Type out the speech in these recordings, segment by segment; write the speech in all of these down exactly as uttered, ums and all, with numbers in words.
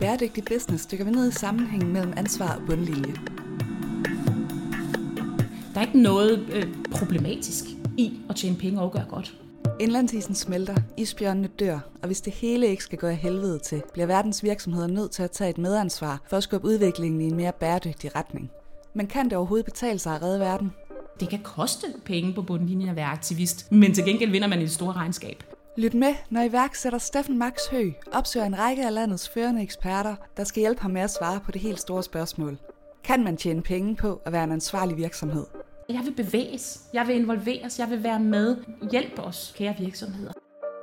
Bæredygtig business dykker vi ned i sammenhængen mellem ansvar og bundlinje. Der er ikke noget øh, problematisk i at tjene penge og gøre godt. Indlandsisen smelter, isbjørnene dør, og hvis det hele ikke skal gå af helvede til, bliver verdens virksomheder nødt til at tage et medansvar for at skubbe udviklingen i en mere bæredygtig retning. Men kan det overhovedet betale sig at redde verden? Det kan koste penge på bundlinjen at være aktivist, men til gengæld vinder man i det store regnskab. Lyt med, når iværksætter Steffen Max Høeg opsøger en række af landets førende eksperter, der skal hjælpe ham med at svare på det helt store spørgsmål. Kan man tjene penge på at være en ansvarlig virksomhed? Jeg vil bevæges, jeg vil involveres, jeg vil være med. Hjælp os, kære virksomheder.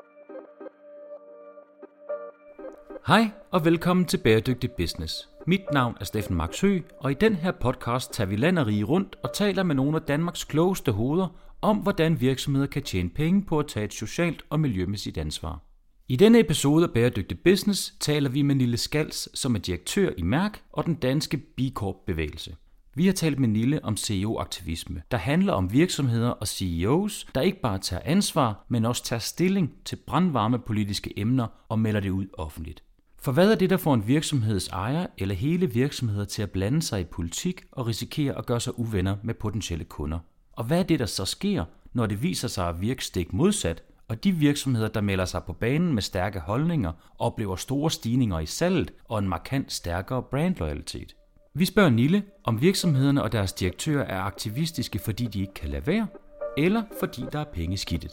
Hej og velkommen til Bæredygtig Business. Mit navn er Steffen Max Høeg, og i den her podcast tager vi land og rige rundt og taler med nogle af Danmarks klogeste hoveder om, hvordan virksomheder kan tjene penge på at tage et socialt og miljømæssigt ansvar. I denne episode af Bæredygtig Business taler vi med Nille Skals, som er direktør i Mærk og den danske B Corp-bevægelse. Vi har talt med Nille om C E O-aktivisme, der handler om virksomheder og C E O's, der ikke bare tager ansvar, men også tager stilling til brandvarme politiske emner og melder det ud offentligt. For hvad er det, der får en virksomheds ejer eller hele virksomheder til at blande sig i politik og risikere at gøre sig uvenner med potentielle kunder? Og hvad er det, der så sker, når det viser sig at virke stik modsat, og de virksomheder, der melder sig på banen med stærke holdninger, oplever store stigninger i salget og en markant stærkere brandloyalitet? Vi spørger Nille, om virksomhederne og deres direktører er aktivistiske, fordi de ikke kan lade være, eller fordi der er penge i skidtet.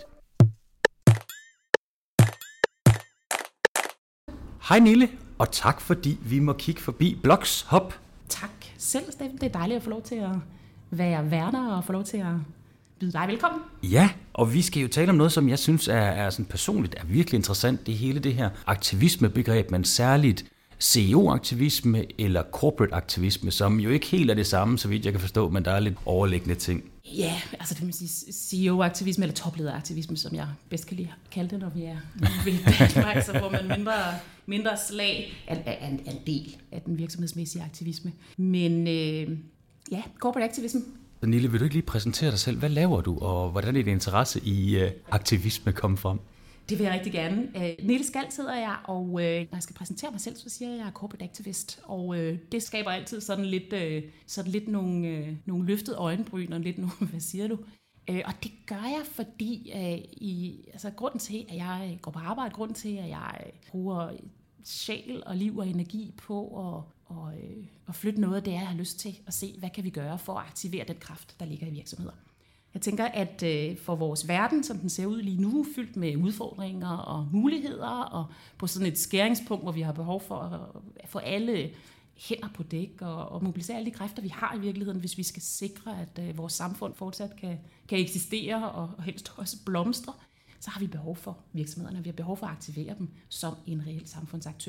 Hej Nille, og tak fordi vi må kigge forbi Blokshop. Tak selv, Steffen. Det er dejligt at få lov til at være værter og få lov til at byde dig velkommen. Ja, og vi skal jo tale om noget, som jeg synes er, er sådan personligt er virkelig interessant. Det er hele det her aktivismebegreb, men særligt C E O-aktivisme eller corporate aktivisme, som jo ikke helt er det samme, så vidt jeg kan forstå, men der er lidt overliggende ting. Ja, altså det vil sige C E O-aktivisme eller toplederaktivisme, som jeg bedst kan lide kalde det, når vi er ved Danmark, så hvor man mindre, mindre slag er, er, en, er en del af den virksomhedsmæssige aktivisme. Men øh, ja, corporate aktivisme. Så Nille, vil du ikke lige præsentere dig selv? Hvad laver du, og hvordan er din interesse i øh, aktivisme kommet frem? Det vil jeg rigtig gerne. Uh, Nille Skals hedder jeg, og uh, når jeg skal præsentere mig selv, så siger jeg, at jeg er corporate activist. Og uh, det skaber altid sådan lidt, uh, sådan lidt nogle, uh, nogle løftede øjenbryn, og lidt nogle, hvad siger du? Uh, og det gør jeg, fordi uh, i, altså, grunden til, at jeg går på arbejde, grunden til, at jeg bruger sjæl og liv og energi på at, og, uh, at flytte noget, det er, at jeg har lyst til at se, hvad kan vi gøre for at aktivere den kraft, der ligger i virksomheder. Jeg tænker, at for vores verden, som den ser ud lige nu, fyldt med udfordringer og muligheder, og på sådan et skæringspunkt, hvor vi har behov for at få alle hænder på dæk og, og mobilisere alle de kræfter, vi har i virkeligheden, hvis vi skal sikre, at vores samfund fortsat kan, kan eksistere og, og helst også blomstre, så har vi behov for virksomhederne. Vi har behov for at aktivere dem som en reel samfundsaktør.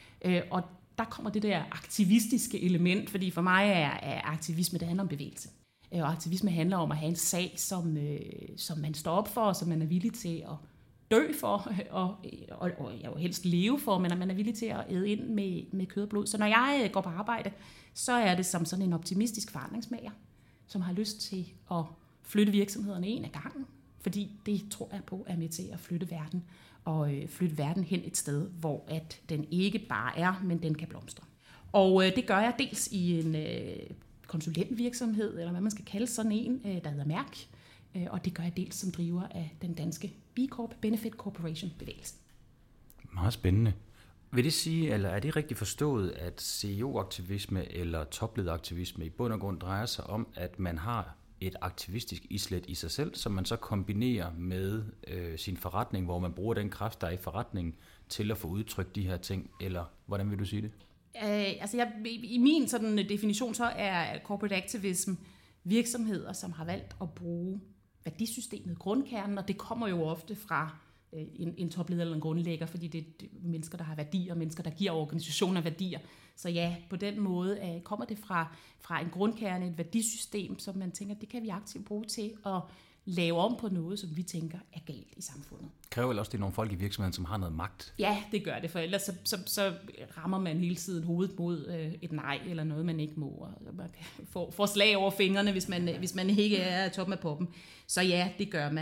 Og der kommer det der aktivistiske element, fordi for mig er, er aktivisme, det handler om bevægelse. Og aktivisme handler om at have en sag, som, øh, som man står op for, og som man er villig til at dø for, og, og, og jeg vil helst leve for, men at man er villig til at æde ind med, med kød og blod. Så når jeg går på arbejde, så er det som sådan en optimistisk forandringsmager, som har lyst til at flytte virksomhederne en af gangen, fordi det tror jeg på er med til at flytte verden, og øh, flytte verden hen et sted, hvor at den ikke bare er, men den kan blomstre. Og øh, det gør jeg dels i en Øh, konsulentvirksomhed, eller hvad man skal kalde sådan en, der hedder Mærk. Og det gør jeg dels som driver af den danske B Corp, Benefit Corporation bevægelsen. Meget spændende. Vil det sige, eller er det rigtigt forstået, at C E O-aktivisme eller toplederaktivisme i bund og grund drejer sig om, at man har et aktivistisk islet i sig selv, som man så kombinerer med øh, sin forretning, hvor man bruger den kraft, der er i forretningen, til at få udtrykt de her ting, eller hvordan vil du sige det? Uh, altså jeg, i min sådan definition så er corporate activism virksomheder, som har valgt at bruge værdisystemet, grundkernen, og det kommer jo ofte fra uh, en, en topleder eller en grundlægger, fordi det er mennesker, der har værdier, mennesker, der giver organisationer værdier. Så ja, på den måde uh, kommer det fra, fra en grundkerne, et værdisystem, som man tænker, det kan vi aktivt bruge til at lave om på noget, som vi tænker er galt i samfundet. Kræver vel også, det er nogle folk i virksomheden, som har noget magt? Ja, det gør det, for ellers så, så, så rammer man hele tiden hovedet mod øh, et nej, eller noget, man ikke må, og man får, får slag over fingrene, hvis man, hvis man ikke er toppen af poppen. Så ja, det gør man.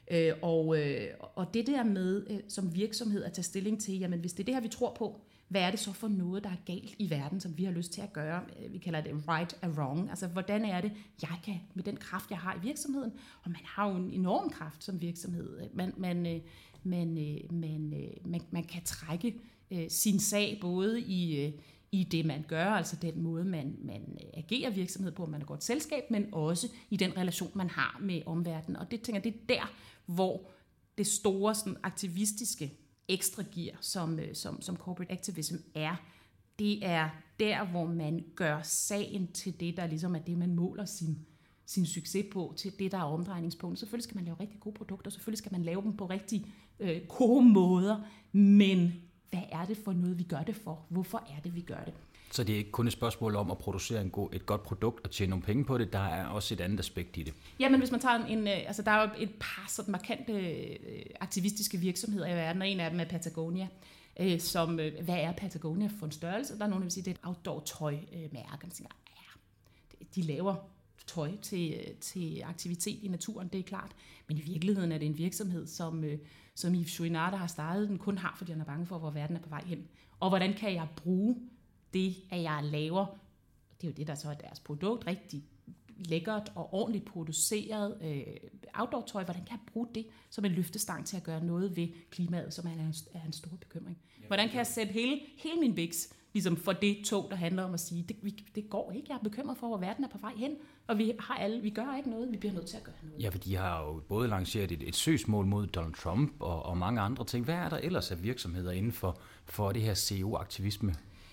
Øh, og, øh, og det der med øh, som virksomhed at tage stilling til, jamen hvis det er det her, vi tror på, hvad er det så for noget, der er galt i verden, som vi har lyst til at gøre? Vi kalder det right and wrong. Altså, hvordan er det, jeg kan, med den kraft, jeg har i virksomheden, og man har jo en enorm kraft som virksomhed. Man, man, man, man, man, man kan trække sin sag både i, i det, man gør, altså den måde, man, man agerer virksomhed på, man er godt selskab, men også i den relation, man har med omverdenen. Og det tænker jeg, det er der, hvor det store sådan, aktivistiske ekstra gear, som, som, som corporate activism er, det er der, hvor man gør sagen til det, der ligesom er det, man måler sin, sin succes på, til det, der er omdrejningspunkt. Selvfølgelig skal man lave rigtig gode produkter, selvfølgelig skal man lave dem på rigtig øh, gode måder, men hvad er det for noget, vi gør det for? Hvorfor er det, vi gør det? Så det er ikke kun et spørgsmål om at producere en god, et godt produkt og tjene nogle penge på det, der er også et andet aspekt i det. Ja, men hvis man tager en, altså der er jo et par sådan markante aktivistiske virksomheder i verden, og en af dem er Patagonia, som, hvad er Patagonia for en størrelse? Der er nogen, der vil sige, det er et outdoor-tøj-mærke. Man tænker, ja, de laver tøj til, til aktivitet i naturen, det er klart, men i virkeligheden er det en virksomhed, som, som Yves Chouinard, der har startet den, kun har, fordi han er bange for, hvor verden er på vej hen. Og hvordan kan jeg bruge det, at jeg laver, det er jo det, der så er deres produkt, rigtig lækkert og ordentligt produceret øh, outdoor-tøj, hvordan kan jeg bruge det som en løftestang til at gøre noget ved klimaet, som er en, er en stor bekymring? Hvordan kan jeg sætte hele, hele min biks ligesom for det tog, der handler om at sige, det, vi, det går ikke, jeg er bekymret for, hvor verden er på vej hen, og vi, har alle, vi gør ikke noget, vi bliver nødt til at gøre noget. Ja, for de har jo både lanceret et, et søgsmål mod Donald Trump og, og mange andre ting. Hvad er der ellers af virksomheder inden for, for det her C E O-aktivisme?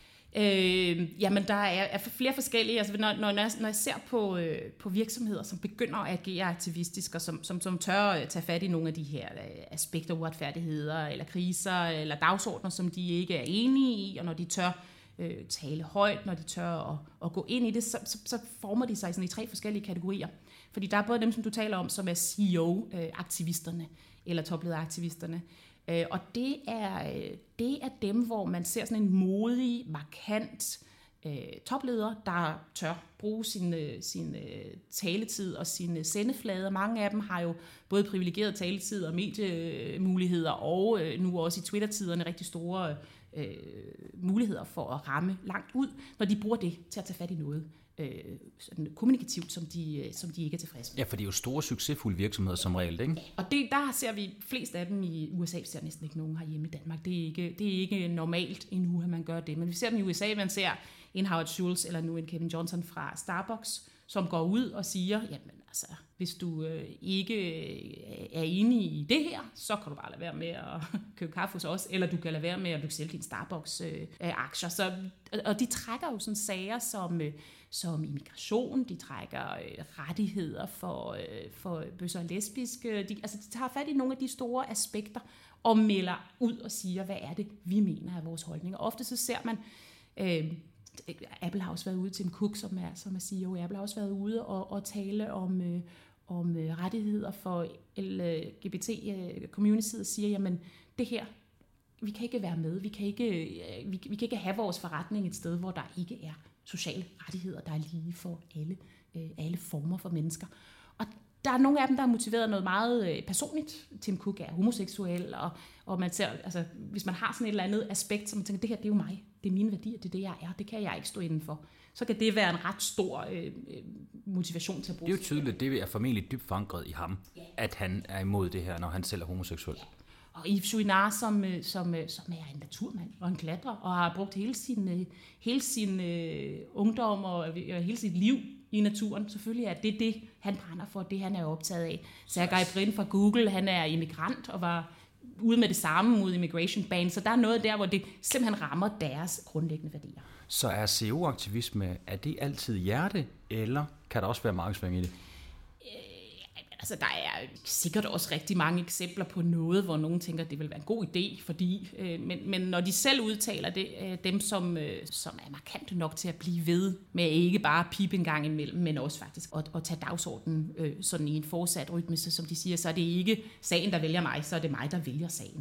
Øh, jamen, der er, er flere forskellige. Altså, når, når, jeg, når jeg ser på, øh, på virksomheder, som begynder at agere aktivistisk, og som, som, som tør at tage fat i nogle af de her øh, aspekter, uretfærdigheder, eller kriser, eller dagsordner, som de ikke er enige i, og når de tør øh, tale højt, når de tør at, at gå ind i det, så, så, så former de sig sådan i tre forskellige kategorier. Fordi der er både dem, som du taler om, som er C E O-aktivisterne, eller toplederaktivisterne. Og det er, det er dem, hvor man ser sådan en modig, markant øh, topleder, der tør bruge sin, sin øh, taletid og sin sendeflade. Mange af dem har jo både privilegeret taletid og mediemuligheder, og øh, nu også i Twitter-tiderne rigtig store øh, muligheder for at ramme langt ud, når de bruger det til at tage fat i noget øh, sådan kommunikativt, som de, som de ikke er tilfredse med. Ja, for det er jo store, succesfulde virksomheder som regel, ikke? Og det, der ser vi flest af dem i U S A, vi ser næsten ikke nogen herhjemme i Danmark. Det er ikke, det er ikke normalt endnu, at man gør det. Men vi ser dem i U S A, man ser en Howard Schultz eller nu en Kevin Johnson fra Starbucks, som går ud og siger, jamen altså, hvis du øh, ikke øh, er enig i det her, så kan du bare lade være med at købe kaffe hos os, eller du kan lade være med at sælge dine Starbucks-aktier. Øh, så, og de trækker jo sådan sager som, øh, som immigration, de trækker øh, rettigheder for, øh, for bøsser og lesbiske. De, altså, de tager fat i nogle af de store aspekter og melder ud og siger, hvad er det, vi mener er vores holdninger. Ofte så ser man... Øh, Apple har også været ude, Tim Cook, som er, som er C E O, Apple har også været ude og, og tale om, øh, om øh, rettigheder for L G B T-communityet og siger, jamen det her, vi kan ikke være med, vi kan ikke, øh, vi, vi kan ikke have vores forretning et sted, hvor der ikke er sociale rettigheder, der er lige for alle, øh, alle former for mennesker. Og der er nogle af dem, der er motiveret noget meget personligt. Tim Cook er homoseksuel, og, og man ser, altså, hvis man har sådan et eller andet aspekt, så man tænker, det her, det er jo mig, det er mine værdier, det er det, jeg er, det kan jeg ikke stå inden for. Så kan det være en ret stor øh, motivation til at bruge. Det er jo tydeligt, det er formentlig dybt forankret i ham, ja. At han er imod det her, når han selv er homoseksuel. Ja. Og Yves Chouinard, som, som, som er en naturmand og en klatrer, og har brugt hele sin, hele sin uh, ungdom og, og hele sit liv i naturen. Selvfølgelig er det det, han brænder for, det han er optaget af. Sergey Brin fra Google, han er immigrant og var ude med det samme mod immigration ban, så der er noget der, hvor det simpelthen rammer deres grundlæggende værdier. Så er C E O-aktivisme, er det altid hjerte, eller kan der også være markedsføring i det? Altså, der er sikkert også rigtig mange eksempler på noget, hvor nogen tænker, at det vil være en god idé, fordi, øh, men, men når de selv udtaler det, øh, dem som, øh, som er markante nok til at blive ved, med ikke bare pipe en gang imellem, men også faktisk at, at tage dagsordenen øh, sådan i en fortsat rytme, som de siger, så er det ikke sagen, der vælger mig, så er det mig, der vælger sagen.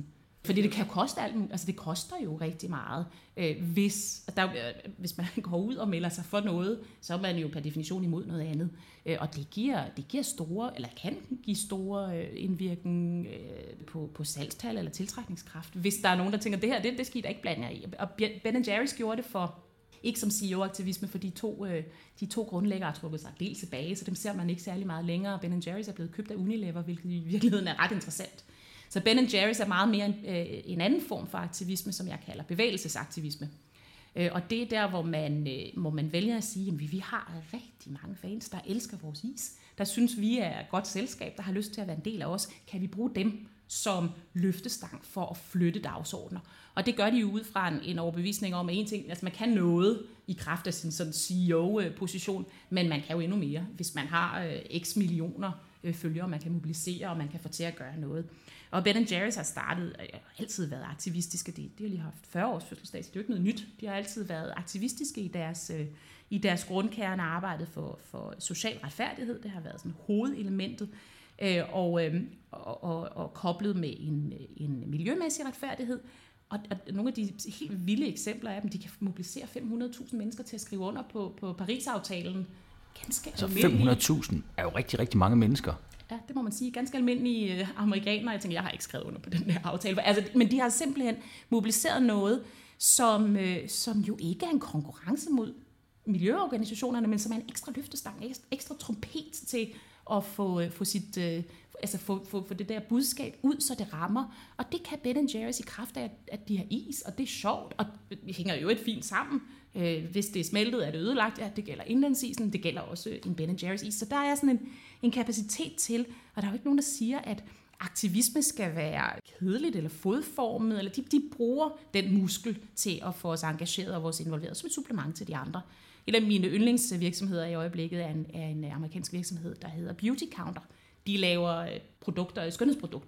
Fordi det kan jo koste alt, altså det koster jo rigtig meget. Øh, hvis, der, hvis man går ud og melder sig for noget, så er man jo per definition imod noget andet. Øh, og det giver, det giver store, eller kan give store øh, indvirkning øh, på, på salgstal eller tiltrækningskraft. Hvis der er nogen, der tænker, det her, det, det skal I da ikke blande jer i. Og Ben and Jerry's gjorde det for, ikke som C E O-aktivisme, for de to, øh, de to grundlæggere har trukket sig del tilbage, så dem ser man ikke særlig meget længere. Ben and Jerry's er blevet købt af Unilever, hvilket i virkeligheden er ret interessant. Så Ben and Jerry's er meget mere en, øh, en anden form for aktivisme, som jeg kalder bevægelsesaktivisme. Øh, og det er der, hvor man, øh, hvor man vælger at sige, at vi, vi har rigtig mange fans, der elsker vores is, der synes, vi er et godt selskab, der har lyst til at være en del af os. Kan vi bruge dem som løftestang for at flytte dagsordner? Og det gør de jo ud fra en, en overbevisning om, at en ting, altså man kan noget i kraft af sin sådan C E O-position, men man kan jo endnu mere, hvis man har øh, x millioner øh, følgere, man kan mobilisere, og man kan få til at gøre noget. Og Ben and Jerry's har startet, øh, altid været aktivistiske. De, de har lige haft fyrre års fødselsdag, så det er jo ikke noget nyt. De har altid været aktivistiske i deres, øh, i deres grundkerne og arbejdet for, for social retfærdighed. Det har været sådan hovedelementet. Øh, og, øh, og, og, og koblet med en, en miljømæssig retfærdighed. Og, og nogle af de helt vilde eksempler af dem, de kan mobilisere fem hundrede tusind mennesker til at skrive under på, på Paris-aftalen. Ganske så fem hundrede tusind er jo rigtig, rigtig mange mennesker. Ja, det må man sige. Ganske almindelige øh, amerikanere. Jeg tænker, jeg har ikke skrevet under på den her aftale. Altså, men de har simpelthen mobiliseret noget, som, øh, som jo ikke er en konkurrence mod miljøorganisationerne, men som er en ekstra løftestang, ekstra, ekstra trompet til at få, øh, få sit... Øh, altså få, få, få det der budskab ud, så det rammer. Og det kan Ben and Jerry's i kraft af, at de har is, og det er sjovt, og det hænger jo et fint sammen. Øh, hvis det er smeltet, er det ødelagt. Ja, det gælder indlandsisen, det gælder også en Ben and Jerry's is. Så der er sådan en, en kapacitet til, og der er jo ikke nogen, der siger, at aktivisme skal være kedeligt eller fodformet, eller de, de bruger den muskel til at få os engageret og vores involveret som et supplement til de andre. En af mine yndlingsvirksomheder i øjeblikket er en, er en amerikansk virksomhed, der hedder Beauty Counter. De laver produkter, skønhedsprodukter,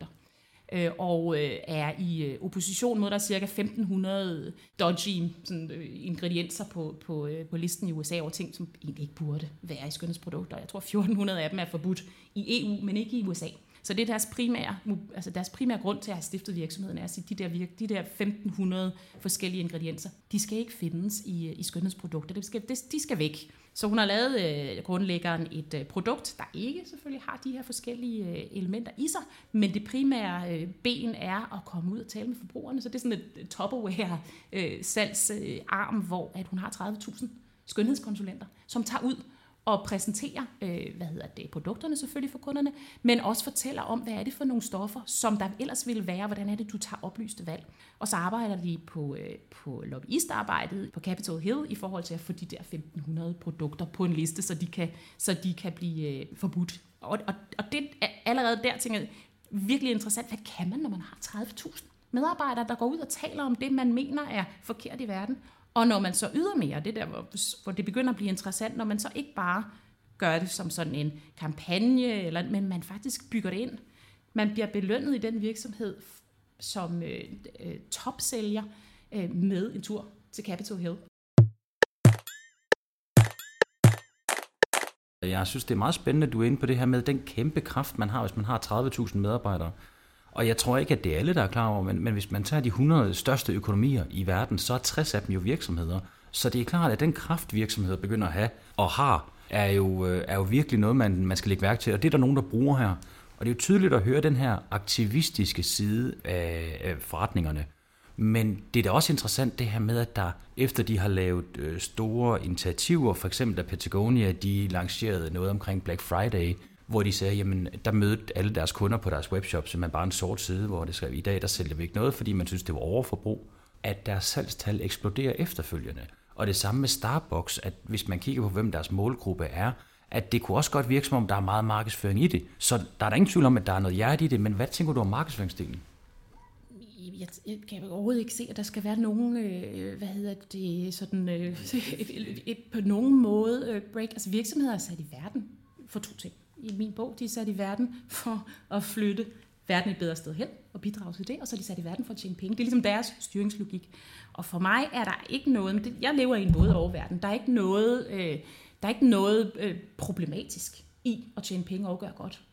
og er i opposition mod, der er cirka femten hundrede dodgy sådan, ingredienser på, på, på listen i U S A over ting, som egentlig ikke burde være i skønhedsprodukter. Jeg tror, fjorten hundrede af dem er forbudt i E U, men ikke i U S A. Så det er deres primære, altså deres primære grund til at have stiftet virksomheden, er at sige, de der, de der femten hundrede forskellige ingredienser, de skal ikke findes i, i skønhedsprodukter. De skal, de skal væk. Så hun har lavet øh, grundlæggeren et øh, produkt, der ikke selvfølgelig har de her forskellige øh, elementer i sig, men det primære øh, ben er at komme ud og tale med forbrugerne. Så det er sådan et Tupperware øh, salgsarm, øh, hvor at hun har tredive tusind skønhedskonsulenter, som tager ud og præsenterer øh, hvad hedder det, produkterne selvfølgelig for kunderne, men også fortæller om, hvad er det for nogle stoffer, som der ellers ville være, hvordan er det, du tager oplyste valg. Og så arbejder de på, øh, på lobbyistarbejdet på Capitol Hill i forhold til at få de der femten hundrede produkter på en liste, så de kan, så de kan blive øh, forbudt. Og, og, og det er allerede der, tænker jeg, virkelig interessant. Hvad kan man, når man har tredive tusind medarbejdere, der går ud og taler om det, man mener er forkert i verden? Og når man så ydermere, det der, hvor det begynder at blive interessant, når man så ikke bare gør det som sådan en kampagne, eller, men man faktisk bygger det ind. Man bliver belønnet i den virksomhed som øh, øh, topsælger øh, med en tur til Capitol Hill. Jeg synes, det er meget spændende, at du er inde på det her med den kæmpe kraft, man har, hvis man har tredive tusind medarbejdere. Og jeg tror ikke, at det er alle, der er klar over, men, men hvis man tager de hundrede største økonomier i verden, så er tres af dem jo virksomheder. Så det er klart, at den kraft, virksomheder begynder at have og har, er jo, er jo virkelig noget, man, man skal lægge værk til. Og det er der nogen, der bruger her. Og det er jo tydeligt at høre den her aktivistiske side af, af forretningerne. Men det er da også interessant det her med, at der efter de har lavet øh, store initiativer, for eksempel da Patagonia, de lancerede noget omkring Black Friday, hvor de sagde, jamen der mødte alle deres kunder på deres webshop, som er bare en sort side, hvor det skrev, i dag der sælger vi ikke noget, fordi man synes, det var overforbrug, at deres salgstal eksploderer efterfølgende. Og det samme med Starbucks, at hvis man kigger på, hvem deres målgruppe er, at det kunne også godt virke, som om der er meget markedsføring i det. Så der er der ingen tvivl om, at der er noget hjerte i det, men hvad tænker du om markedsføringsdelen? Jeg, jeg kan overhovedet ikke se, at der skal være nogen, øh, hvad hedder det, sådan, øh, et, et, et, på nogen måde øh, break. Altså virksomheder er sat i verden for to ting. I min bog, de er sat i verden for at flytte verden et bedre sted hen og bidrage til det, og så er de sat i verden for at tjene penge. Det er ligesom deres styringslogik. Og for mig er der ikke noget, men det, jeg lever i en både over verden, der er ikke noget, øh, der er ikke noget øh, problematisk i at tjene penge og gøre godt.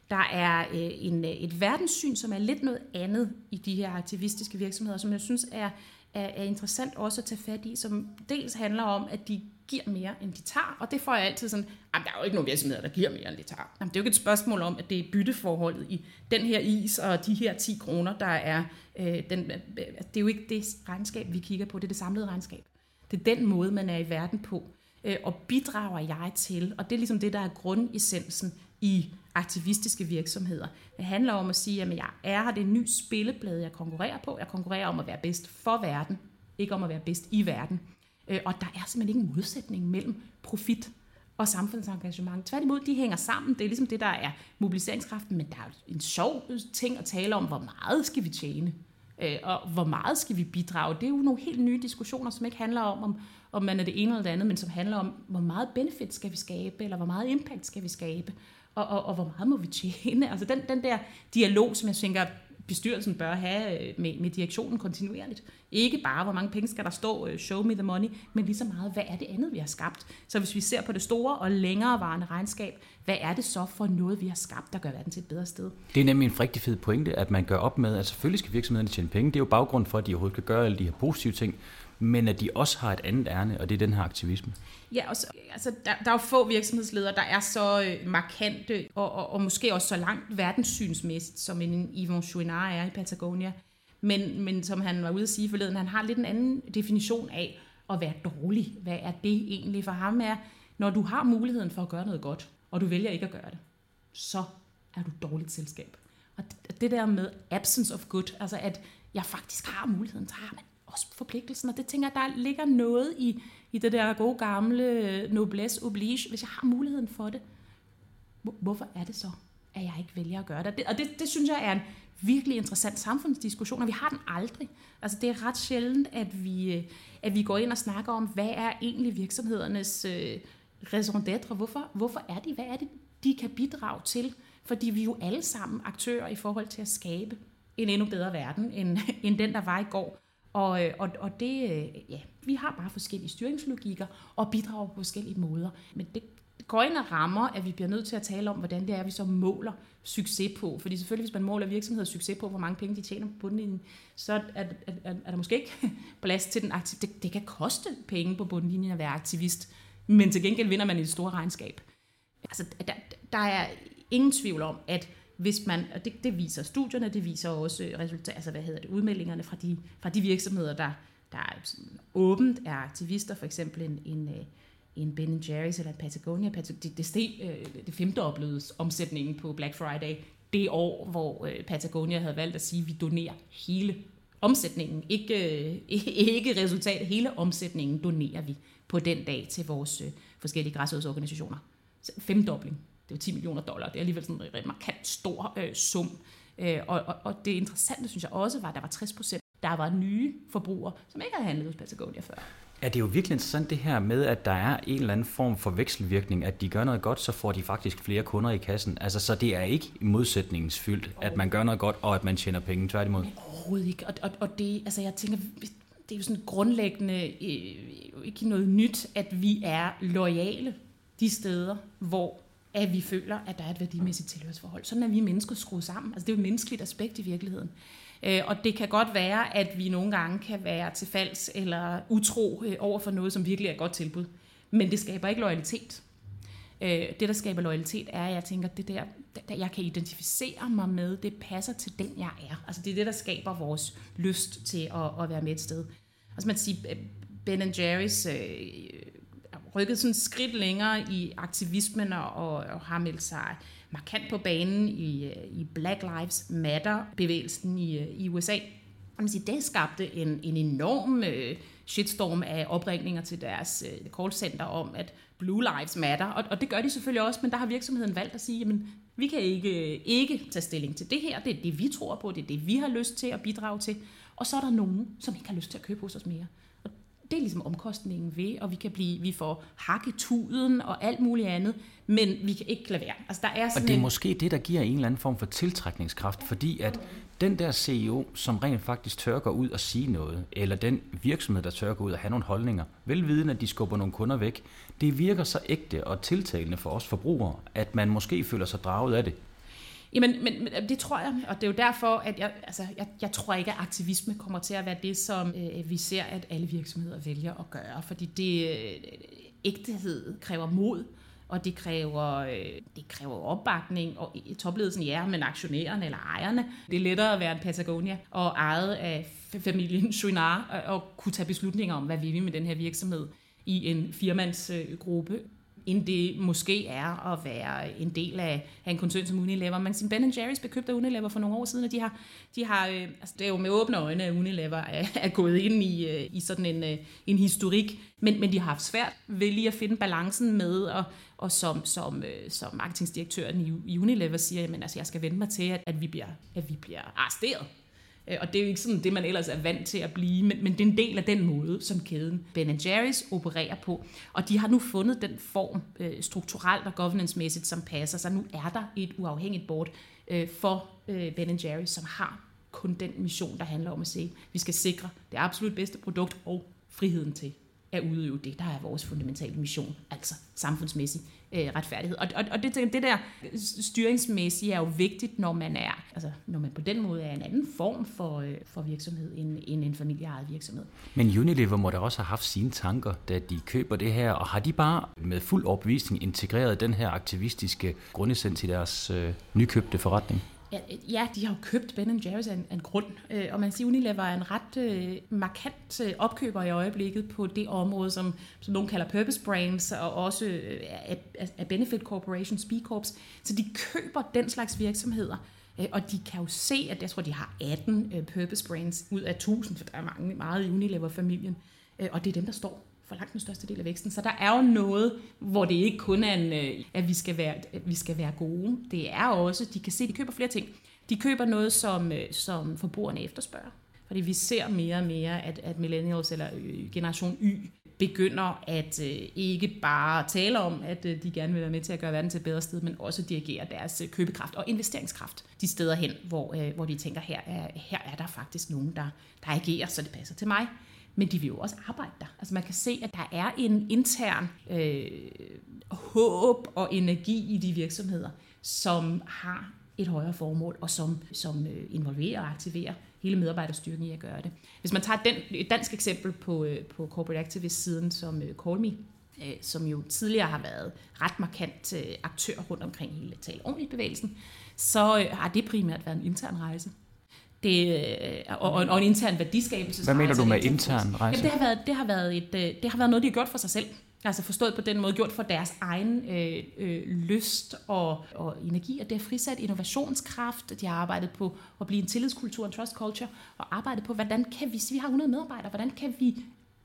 Der er øh, en, et verdenssyn, som er lidt noget andet i de her aktivistiske virksomheder, som jeg synes er, er, er interessant også at tage fat i, som dels handler om, at de giver mere, end de tager, og det får jeg altid sådan, der er jo ikke nogen virksomheder, der giver mere, end de tager. Jamen, det er jo ikke et spørgsmål om, at det er bytteforholdet i den her is og de her ti kroner, der er, øh, den, det er jo ikke det regnskab, vi kigger på, det er det samlede regnskab. Det er den måde, man er i verden på, øh, og bidrager jeg til, og det er ligesom det, der er grundessensen i aktivistiske virksomheder. Det handler om at sige, at jeg er her, det er en ny spilleplade, jeg konkurrerer på. Jeg konkurrerer om at være bedst for verden, ikke om at være bedst i verden. Og der er simpelthen ikke en modsætning mellem profit og samfundsengagement. Tværtimod, de hænger sammen. Det er ligesom det, der er mobiliseringskraften, men der er en sjov ting at tale om, hvor meget skal vi tjene, og hvor meget skal vi bidrage. Det er jo nogle helt nye diskussioner, som ikke handler om, om, om man er det ene eller det andet, men som handler om, hvor meget benefit skal vi skabe, eller hvor meget impact skal vi skabe, og, og, og hvor meget må vi tjene. Altså den, den der dialog, som jeg tænker, bestyrelsen bør have med, med direktionen kontinuerligt. Ikke bare, hvor mange penge skal der stå, show me the money, men lige så meget, hvad er det andet, vi har skabt? Så hvis vi ser på det store og længerevarende regnskab, hvad er det så for noget, vi har skabt, der gør verden til et bedre sted? Det er nemlig en rigtig fed pointe, at man gør op med, at selvfølgelig skal virksomhederne tjene penge. Det er jo baggrund for, at de overhovedet kan gøre alle de her positive ting, men at de også har et andet ærne, og det er den her aktivisme. Ja, og så, altså, der, der er jo få virksomhedsledere, der er så øh, markante, og, og, og måske også så langt verdenssynsmæssigt, som en Yvon Chouinard er i Patagonia. Men, men som han var ude at sige forleden, han har lidt en anden definition af at være dårlig. Hvad er det egentlig for ham? Er, når du har muligheden for at gøre noget godt, og du vælger ikke at gøre det, så er du dårligt selskab. Og det, det der med absence of good, altså at jeg faktisk har muligheden, så har man også forpligtelsen, og det tænker jeg, der ligger noget i, i det der gode gamle noblesse oblige, hvis jeg har muligheden for det. Hvorfor er det så, at jeg ikke vælger at gøre det? Og det, det synes jeg er en virkelig interessant samfundsdiskussion, og vi har den aldrig. Altså det er ret sjældent, at vi, at vi går ind og snakker om, hvad er egentlig virksomhedernes øh, raison d'être, hvorfor, hvorfor er de, hvad er det, de kan bidrage til? Fordi vi er jo alle sammen aktører i forhold til at skabe en endnu bedre verden, end, end den, der var i går. Og, og, og det, ja, vi har bare forskellige styringslogikker og bidrager på forskellige måder. Men det går ind og rammer, at vi bliver nødt til at tale om, hvordan det er, vi så måler succes på. Fordi selvfølgelig, hvis man måler virksomheders succes på, hvor mange penge de tjener på bundlinjen, så er, er, er, er der måske ikke plads til den aktiv. Det, det kan koste penge på bundlinjen at være aktivist, men til gengæld vinder man i det store regnskab. Altså, der, der er ingen tvivl om, at hvis man, og det, det viser studierne, det viser også resultater, altså hvad hedder det, udmeldingerne fra de, fra de virksomheder, der, der åbent er aktivister, for eksempel en, en, en Ben and Jerry's eller en Patagonia. Det, det steg det femtedoblede omsætningen på Black Friday det år, hvor Patagonia havde valgt at sige, at vi donerer hele omsætningen, ikke, ikke resultatet, hele omsætningen donerer vi på den dag til vores forskellige græsrodsorganisationer. Femdobling. Det er jo ti millioner dollar. Det er alligevel sådan en markant stor øh, sum. Øh, og, og, og det interessante, synes jeg også, var, at der var tres procent, der var nye forbrugere, som ikke havde handlet hos Patagonia før. Ja, det er jo virkelig interessant det her med, at der er en eller anden form for vekselvirkning, at de gør noget godt, så får de faktisk flere kunder i kassen. Altså, så det er ikke modsætningsfyldt, at man gør noget godt, og at man tjener penge, tværtimod. Men overhovedet ikke. Og, og, og det, altså jeg tænker, det er jo sådan grundlæggende øh, ikke noget nyt, at vi er loyale de steder, hvor at vi føler, at der er et værdimæssigt tilhørsforhold. Sådan er vi mennesker skruet sammen. Altså det er jo et menneskeligt aspekt i virkeligheden. Og det kan godt være, at vi nogle gange kan være til falds eller utro over for noget, som virkelig er et godt tilbud. Men det skaber ikke loyalitet. Det, der skaber loyalitet, er, at jeg tænker, at det der, jeg kan identificere mig med, det passer til den, jeg er. Altså det er det, der skaber vores lyst til at, at være med et sted. Altså man siger, Ben and Jerry's øh, rykket sådan et skridt længere i aktivismen og, og har meldt sig markant på banen i, i Black Lives Matter-bevægelsen i, i U S A. Man siger, det skabte en, en enorm øh, shitstorm af opringninger til deres øh, callcenter om, at Blue Lives Matter, og, og det gør de selvfølgelig også, men der har virksomheden valgt at sige, jamen, vi kan ikke, ikke tage stilling til det her, det er det, vi tror på, det er det, vi har lyst til at bidrage til, og så er der nogen, som ikke har lyst til at købe hos os mere. Og det er ligesom omkostningen ved, og vi kan blive, vi får hakketuden og alt muligt andet, men vi kan ikke lade være. Altså, der er sådan og det er en... måske det, der giver en eller anden form for tiltrækningskraft, fordi at den der C E O, som rent faktisk tør gå ud og sige noget, eller den virksomhed, der tør gå ud og have nogle holdninger, velvidende, at de skubber nogle kunder væk, det virker så ægte og tiltalende for os forbrugere, at man måske føler sig draget af det. Jamen, men, men det tror jeg, og det er jo derfor, at jeg, altså, jeg, jeg tror ikke, at aktivisme kommer til at være det, som øh, vi ser, at alle virksomheder vælger at gøre, fordi det øh, ægtehed kræver mod, og det kræver, øh, det kræver opbakning, og topledelsen, ja, men aktionærerne eller ejerne. Det er lettere at være en Patagonia og ejet af familien Chouinard og kunne tage beslutninger om, hvad vi vil med den her virksomhed i en firmandsgruppe, end det måske er at være en del af, af en koncern som Unilever. Man kan Ben and Jerry's blev købt af Unilever for nogle år siden, og de har, de har øh, altså det er jo med åbne øjne, at Unilever er, er gået ind i, øh, i sådan en, øh, en historik, men, men de har haft svært ved lige at finde balancen med, og, og som, som, øh, som marketingdirektøren i, i Unilever siger, jamen, altså, jeg skal vende mig til, at, at, vi bliver, at vi bliver arresteret. Og det er jo ikke sådan det, man ellers er vant til at blive, men, men det er en del af den måde, som kæden Ben and Jerry's opererer på. Og de har nu fundet den form, øh, strukturelt og governance-mæssigt, som passer. Så nu er der et uafhængigt board øh, for øh, Ben and Jerry's, som har kun den mission, der handler om at se, vi skal sikre det absolut bedste produkt og friheden til at udøve det, der er vores fundamentale mission, altså samfundsmæssig øh, retfærdighed. Og, og, og det, det der styringsmæssige er jo vigtigt, når man er, altså når man på den måde er en anden form for, øh, for virksomhed end, end en familieejet virksomhed. Men Unilever må da også have haft sine tanker, da de køber det her, og har de bare med fuld opvisning integreret den her aktivistiske grundessens i deres øh, nykøbte forretning? Ja, de har jo købt Ben and Jerry's af en, en grund, og man siger, Unilever er en ret øh, markant øh, opkøber i øjeblikket på det område, som, som nogen kalder purpose brands, og også øh, af, af benefit corporations, B Corps. Så de køber den slags virksomheder, øh, og de kan jo se, at jeg tror, de har atten øh, purpose brands ud af tusind, for der er mange, meget i Unilever-familien, øh, og det er dem, der står for langt den største del af væksten. Så der er jo noget, hvor det ikke kun er, en, at, vi skal være, at vi skal være gode. Det er også, de kan se, de køber flere ting. De køber noget, som, som forbrugerne efterspørger. Fordi vi ser mere og mere, at, at millennials eller generation Y begynder at øh, ikke bare tale om, at øh, de gerne vil være med til at gøre verden til et bedre sted, men også dirigere deres øh, købekraft og investeringskraft de steder hen, hvor, øh, hvor de tænker, her er, her er der faktisk nogen, der, der agerer, så det passer til mig. Men de vil jo også arbejde der. Altså man kan se, at der er en intern øh, håb og energi i de virksomheder, som har et højere formål, og som, som øh, involverer og aktiverer hele medarbejderstyrken i at gøre det. Hvis man tager den, et dansk eksempel på, øh, på Corporate Activist-siden, som øh, Call Me, øh, som jo tidligere har været ret markant øh, aktør rundt omkring hele Tal Ordentligt bevægelsen, så øh, har det primært været en intern rejse. Det, og, og en intern værdiskabelse. Hvad mener du med intern rejse? Jamen, det, har været, det, har været et, det har været noget, de har gjort for sig selv. Altså forstået på den måde, gjort for deres egen øh, øh, lyst og, og energi, og det har frisat innovationskraft. De har arbejdet på at blive en tillidskultur, en trust culture, og arbejdet på, hvordan kan vi, vi har hundrede medarbejdere, hvordan kan vi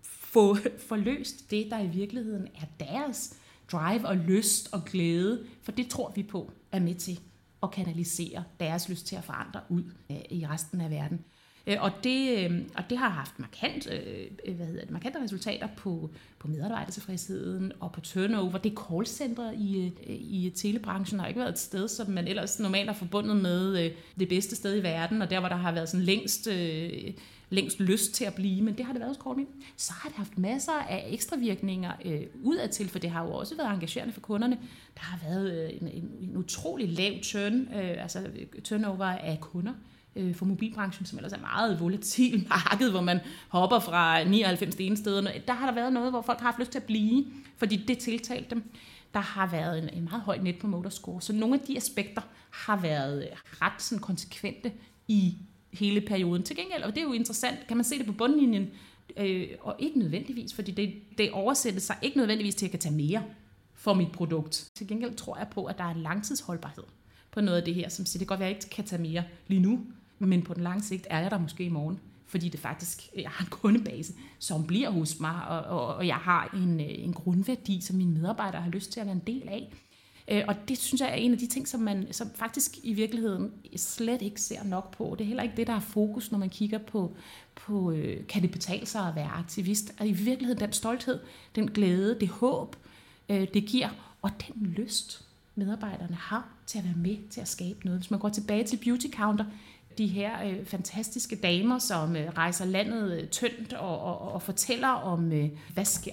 få forløst det, der i virkeligheden er deres drive og lyst og glæde, for det tror vi på er med til og kanalisere deres lyst til at forandre ud øh, i resten af verden. Øh, og, det, øh, og det har haft markant, øh, hvad hedder det, markante resultater på, på medarbejdertilfredsheden og på turnover. Det callcenter i, øh, i telebranchen har ikke været et sted, som man ellers normalt er forbundet med øh, det bedste sted i verden, og der, hvor der har været sådan længst, øh, længst lyst til at blive, men det har det været hos Call Me. Så har det haft masser af ekstra virkninger øh, udadtil, for det har jo også været engagerende for kunderne. Der har været øh, en, en, en utrolig lav turn, øh, altså turnover af kunder øh, for mobilbranchen, som ellers er meget volatil marked, hvor man hopper fra nioghalvfems det ene sted. Der har der været noget, hvor folk har haft lyst til at blive, fordi det tiltalte dem. Der har været en, en meget høj net promoter score, så nogle af de aspekter har været ret sådan konsekvente i hele perioden. Til gengæld, og det er jo interessant, kan man se det på bundlinjen, øh, og ikke nødvendigvis, fordi det, det oversætter sig ikke nødvendigvis til, at jeg kan tage mere for mit produkt. Til gengæld tror jeg på, at der er en langtidsholdbarhed på noget af det her, som siger, det kan godt være, at jeg ikke kan tage mere lige nu, men på den lange sigt er jeg der måske i morgen, fordi det faktisk, jeg har en kundebase, som bliver hos mig, og, og, og jeg har en, en grundværdi, som mine medarbejdere har lyst til at være en del af. Og det synes jeg er en af de ting, som man som faktisk i virkeligheden slet ikke ser nok på. Det er heller ikke det, der er fokus, når man kigger på, på øh, kan det betale sig at være aktivist. Og i virkeligheden den stolthed, den glæde, det håb, øh, det giver, og den lyst, medarbejderne har til at være med til at skabe noget. Hvis man går tilbage til Beauty Counter, de her øh, fantastiske damer, som øh, rejser landet øh, tyndt og, og, og fortæller om, øh, hvad sker der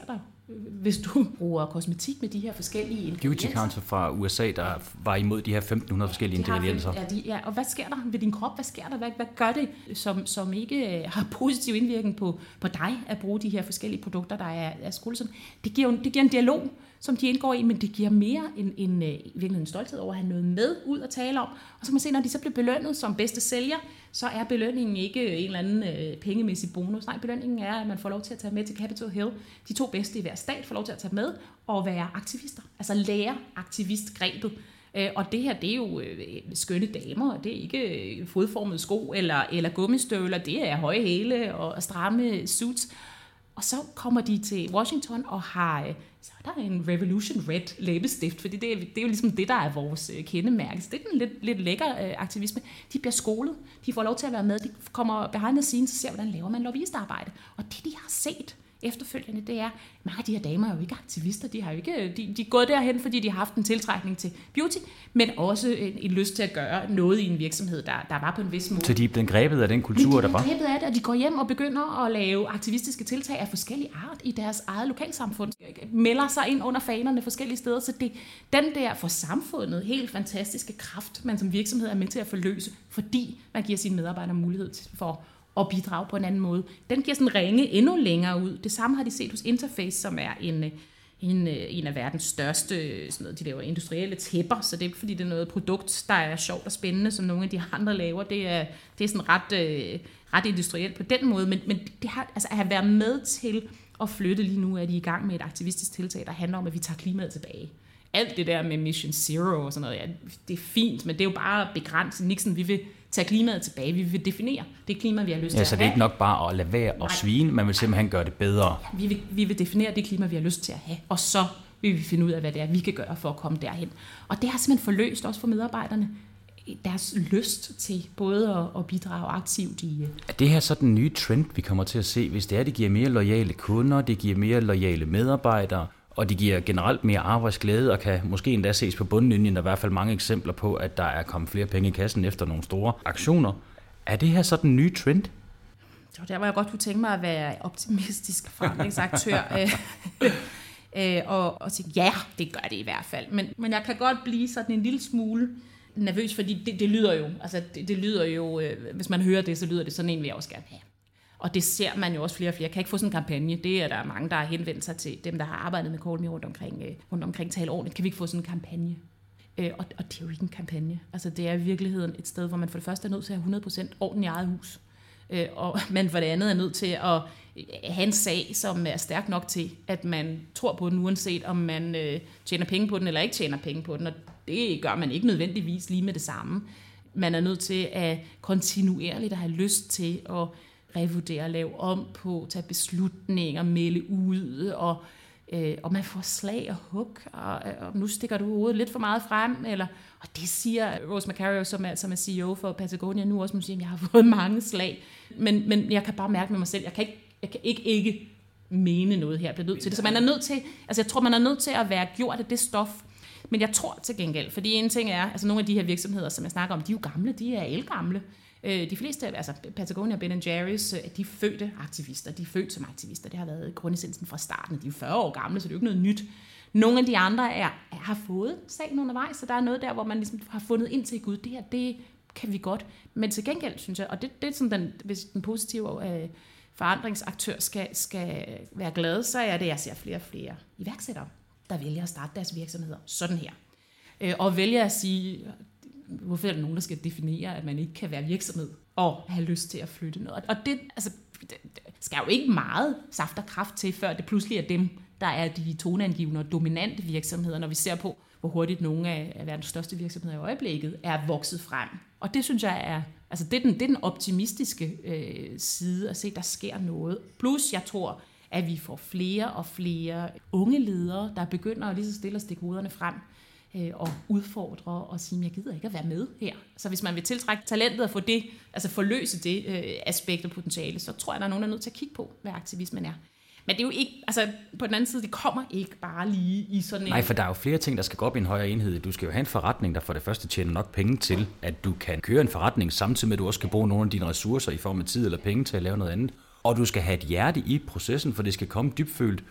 hvis du bruger kosmetik med de her forskellige ingredienser. Beauty Council fra U S A, der var imod de her femten hundrede forskellige ingredienser. Ja, de, ja, og hvad sker der ved din krop? Hvad sker der? Hvad, hvad gør det, som, som ikke har positiv indvirkning på, på dig, at bruge de her forskellige produkter, der er, er skruelsen? Det giver, det giver en dialog, som de indgår i, men det giver mere en, en, en, en stolthed over at have noget med ud at tale om. Og så kan man se, når de så bliver belønnet som bedste sælger, så er belønningen ikke en eller anden øh, pengemæssig bonus. Nej, belønningen er, at man får lov til at tage med til Capitol Hill. De to bedste i hver stat får lov til at tage med og være aktivister. Altså lære aktivistgrebet. Øh, og det her, det er jo øh, skønne damer, og det er ikke øh, fodformede sko eller, eller gummistøvler. Det er høje hæle og stramme suits. Og så kommer de til Washington og har, så er der en Revolution Red læbestift, fordi det er, det er jo ligesom det, der er vores kendemærke. Så det er den lidt, lidt lækker aktivisme. De bliver skolet, de får lov til at være med, de kommer behind the scenes og ser, hvordan laver man lobbyistarbejde. Og det, de har set efterfølgende, det er, mange af de her damer er jo ikke aktivister, de har jo ikke, de, de er gået derhen, fordi de har haft en tiltrækning til beauty, men også en, en lyst til at gøre noget i en virksomhed, der, der var på en vis måde. Så de er blevet grebet af den kultur, de der var? De er grebet af det, og de går hjem og begynder at lave aktivistiske tiltag af forskellige art i deres eget lokalsamfund. Melder sig ind under fanerne forskellige steder, så det den der for samfundet helt fantastiske kraft, man som virksomhed er med til at forløse, fordi man giver sine medarbejdere mulighed for og bidrage på en anden måde. Den giver sådan ringe endnu længere ud. Det samme har de set hos Interface, som er en, en, en af verdens største, sådan noget, de laver industrielle tæpper, så det er ikke fordi, det er noget produkt, der er sjovt og spændende, som nogle af de andre laver. Det er, det er sådan ret, øh, ret industrielt på den måde, men, men det har, altså, at have været med til at flytte lige nu, er de i gang med et aktivistisk tiltag, der handler om, at vi tager klimaet tilbage. Alt det der med Mission Zero og sådan noget, ja, det er fint, men det er jo bare begrænset. Nixon, vi vil tage klimaet tilbage, vi vil definere det klima, vi har lyst til ja, at have. så det er ikke nok bare at lade være og svine, man vil simpelthen gøre det bedre. Ja, vi, vil, vi vil definere det klima, vi har lyst til at have, og så vil vi finde ud af, hvad det er, vi kan gøre for at komme derhen. Og det har simpelthen forløst også for medarbejderne deres lyst til både at, at bidrage aktivt i... Er det her så den nye trend, vi kommer til at se, hvis det er, det giver mere loyale kunder, det giver mere loyale medarbejdere, og det giver generelt mere arbejdsglæde, og kan måske endda ses på bundlinjen, der er i hvert fald mange eksempler på, at der er kommet flere penge i kassen efter nogle store aktioner. Er det her så den nye trend? Det var der, hvor jeg godt kunne tænke mig at være optimistisk forandringsaktør, øh, og, og sige, ja, det gør det i hvert fald. Men, men jeg kan godt blive sådan en lille smule nervøs, fordi det, det lyder jo, altså det, det lyder jo, øh, hvis man hører det, så lyder det sådan en, vil jeg også gerne have. Og det ser man jo også flere og flere. Kan ikke få sådan en kampagne. Det er der mange, der har henvendt sig til dem, der har arbejdet med Call Me rundt omkring, øh, rundt omkring Tal ordentligt. Kan vi ikke få sådan en kampagne? Øh, og, og det er jo ikke en kampagne. Altså det er i virkeligheden et sted, hvor man for det første er nødt til at have hundrede procent orden i eget hus. Øh, og man for det andet er nødt til at have en sag, som er stærk nok til, at man tror på den, uanset om man øh, tjener penge på den eller ikke tjener penge på den. Og det gør man ikke nødvendigvis lige med det samme. Man er nødt til at kontinuerligt at have lyst til at revurdere, lave om på, tage beslutninger, melde ud, og, øh, og man får slag og hug, og, og nu stikker du hovedet lidt for meget frem, eller, og det siger Rose McCarrow, som er, som er C E O for Patagonia nu også, må sige, at jeg har fået mange slag, men, men jeg kan bare mærke med mig selv, jeg kan ikke, jeg kan ikke, ikke mene noget her, jeg bliver nødt til det, så man er nødt til, altså jeg tror, man er nødt til at være gjort af det stof, men jeg tror til gengæld, fordi en ting er, altså nogle af de her virksomheder, som jeg snakker om, de er jo gamle, de er elgamle. De fleste, altså Patagonia og Ben and Jerry's, de er fødte aktivister, de er født som aktivister, det har været grundessensen fra starten, de er jo fyrre år gamle, så det er jo ikke noget nyt. Nogle af de andre er, har fået sagen undervejs, så der er noget der, hvor man ligesom har fundet ind til, Gud, det her, det kan vi godt. Men til gengæld, synes jeg, og det, det er sådan den, hvis den positive øh, forandringsaktør skal, skal være glad, så er det, jeg ser flere og flere iværksættere, der vælger at starte deres virksomheder sådan her. Øh, og vælger at sige, hvorfor er der nogen, der skal definere, at man ikke kan være virksomhed og have lyst til at flytte noget. Og det, altså, det skal jo ikke meget saft og kraft til, før det pludselig er dem, der er de toneangivende og dominante virksomheder, når vi ser på, hvor hurtigt nogle af verdens største virksomheder i øjeblikket er vokset frem. Og det synes jeg er, altså det er den, det er den optimistiske øh, side at se, der sker noget. Plus jeg tror, at vi får flere og flere unge ledere, der begynder at lige så stille at stikke hovederne frem, og udfordre og sige, jeg gider ikke at være med her. Så hvis man vil tiltrække talentet og få det, altså forløse det øh, aspekt og potentiale, så tror jeg, der er nogen, der er nødt til at kigge på, hvad aktivismen er. Men det er jo ikke, altså på den anden side, det kommer ikke bare lige i sådan en... Nej, for der er jo flere ting, der skal gå op i en højere enhed. Du skal jo have en forretning, der for det første tjener nok penge til, at du kan køre en forretning, samtidig med, at du også skal bruge nogle af dine ressourcer i form af tid eller penge til at lave noget andet. Og du skal have et hjerte i processen, for det skal komme dybfølt.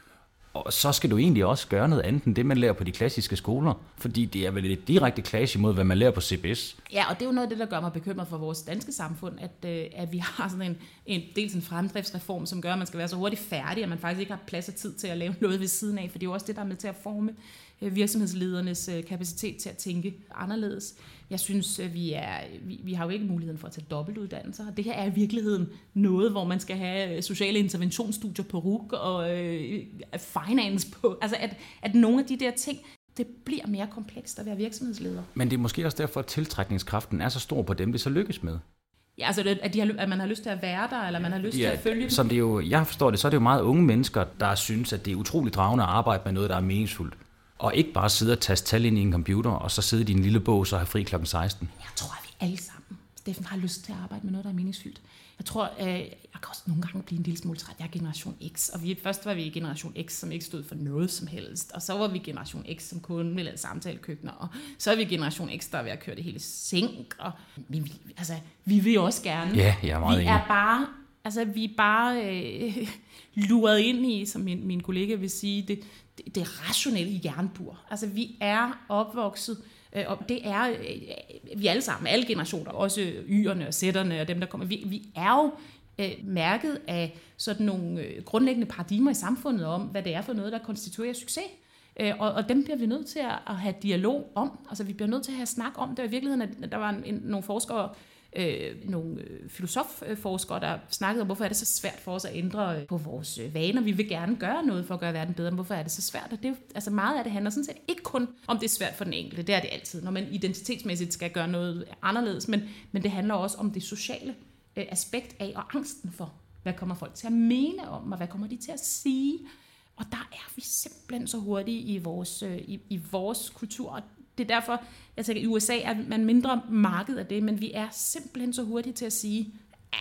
Og så skal du egentlig også gøre noget andet end det, man lærer på de klassiske skoler. Fordi det er vel et direkte clash imod, hvad man lærer på C B S. Ja, og det er jo noget af det, der gør mig bekymret for vores danske samfund, at, at vi har sådan en, en dels en fremdriftsreform, som gør, at man skal være så hurtigt færdig, at man faktisk ikke har plads og tid til at lave noget ved siden af. For det er jo også det, der er med til at forme virksomhedsledernes kapacitet til at tænke anderledes. Jeg synes, vi, er, vi, vi har jo ikke muligheden for at tage dobbeltuddannelser. Det her er i virkeligheden noget, hvor man skal have sociale interventionsstudier på R U C og øh, finance på. Altså at, at nogle af de der ting, det bliver mere komplekst at være virksomhedsleder. Men det er måske også derfor, at tiltrækningskraften er så stor på dem, det så lykkes med. Ja, altså at, de har, at man har lyst til at være der, eller man har lyst ja, til at følge dem. Som det er jo, jeg forstår det, så er det jo meget unge mennesker, der synes, at det er utroligt dragende at arbejde med noget, der er meningsfuldt. Og ikke bare sidde og taste tal ind i en computer, og så sidde i din lille bog, så have fri klokken seksten. Jeg tror, at vi alle sammen, Steffen, har lyst til at arbejde med noget, der er meningsfyldt. Jeg tror, øh, jeg kan også nogle gange blive en lille smule træt. Jeg er generation X, og vi, først var vi generation X, som ikke stod for noget som helst. Og så var vi generation X, som kun ville lave samtalekøkkener. Og så er vi generation X, der er ved at køre det hele sænk. Og vi, vi, altså, vi vil også gerne. Ja, jeg er meget vi er bare, altså, vi er bare øh, luret ind i, som min, min kollega vil sige, det, det, det rationelle jernbur. Altså, vi er opvokset, øh, og det er øh, vi alle sammen, alle generationer, også Y'erne og Z'erne og dem, der kommer. Vi, vi er jo øh, mærket af sådan nogle øh, grundlæggende paradigmer i samfundet om, hvad det er for noget, der konstituerer succes. Øh, og, og dem bliver vi nødt til at, at have dialog om. Altså, vi bliver nødt til at have snak om det. I virkeligheden, at der var en, en, nogle forskere, Øh, nogle øh, filosofforskere, der snakkede om, hvorfor er det så svært for os at ændre på vores øh, vaner. Vi vil gerne gøre noget for at gøre verden bedre, men hvorfor er det så svært? Og det er jo, altså meget af det handler sådan set ikke kun om, det er svært for den enkelte. Det er det altid, når man identitetsmæssigt skal gøre noget anderledes, men, men det handler også om det sociale øh, aspekt af, og angsten for, hvad kommer folk til at mene om, og hvad kommer de til at sige. Og der er vi simpelthen så hurtige i vores, øh, i, i vores kultur. Det er derfor, jeg tænker, at i U S A er man mindre marked af det, men vi er simpelthen så hurtige til at sige,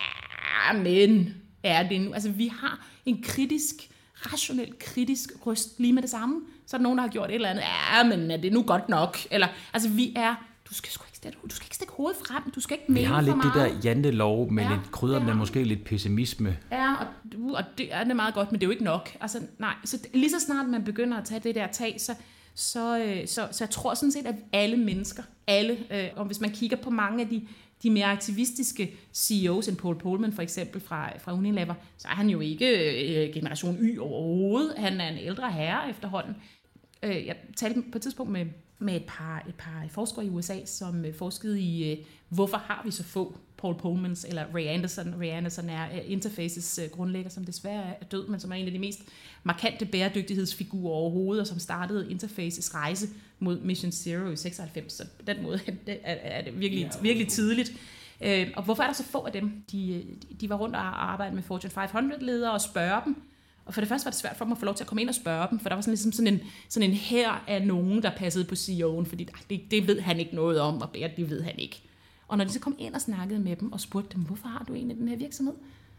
men er det nu? Altså, vi har en kritisk, rationel, kritisk røst lige med det samme. Så er der nogen, der har gjort et eller andet, ja, men er det nu godt nok? Eller, altså, vi er, du skal sgu ikke stikke, du skal ikke stikke hovedet frem, du skal ikke mene for meget. Vi har lidt det der jantelov med ja, lidt krydder, med måske lidt pessimisme. Ja, og, og det er det meget godt, men det er jo ikke nok. Altså, nej, så lige så snart man begynder at tage det der tag, så Så, så, så jeg tror sådan set, at alle mennesker, alle, øh, og hvis man kigger på mange af de, de mere aktivistiske C E O's, end Paul Polman for eksempel fra, fra Unilever, så er han jo ikke øh, generation Y overhovedet. Han er en ældre herre efterhånden. Øh, jeg talte på et tidspunkt med, med et, par, et par forskere i U S A, som øh, forskede i, øh, hvorfor har vi så få Paul Polmans, eller Ray Anderson. Ray Anderson er uh, Interfaces uh, grundlægger, som desværre er død, men som er en af de mest markante bæredygtighedsfigurer overhovedet, og som startede Interfaces rejse mod Mission Zero i seksoghalvfems. Så på den måde er, er det virkelig, virkelig tidligt. Uh, og hvorfor er der så få af dem? De, de var rundt og arbejdede med Fortune fem hundrede-ledere og spørge dem. Og for det første var det svært for dem at få lov til at komme ind og spørge dem, for der var sådan, ligesom sådan en, sådan en hær af nogen, der passede på C E O'en, fordi det, det ved han ikke noget om, og det ved han ikke. Og når de så kom ind og snakkede med dem og spurgte dem, hvorfor har du egentlig den her virksomhed?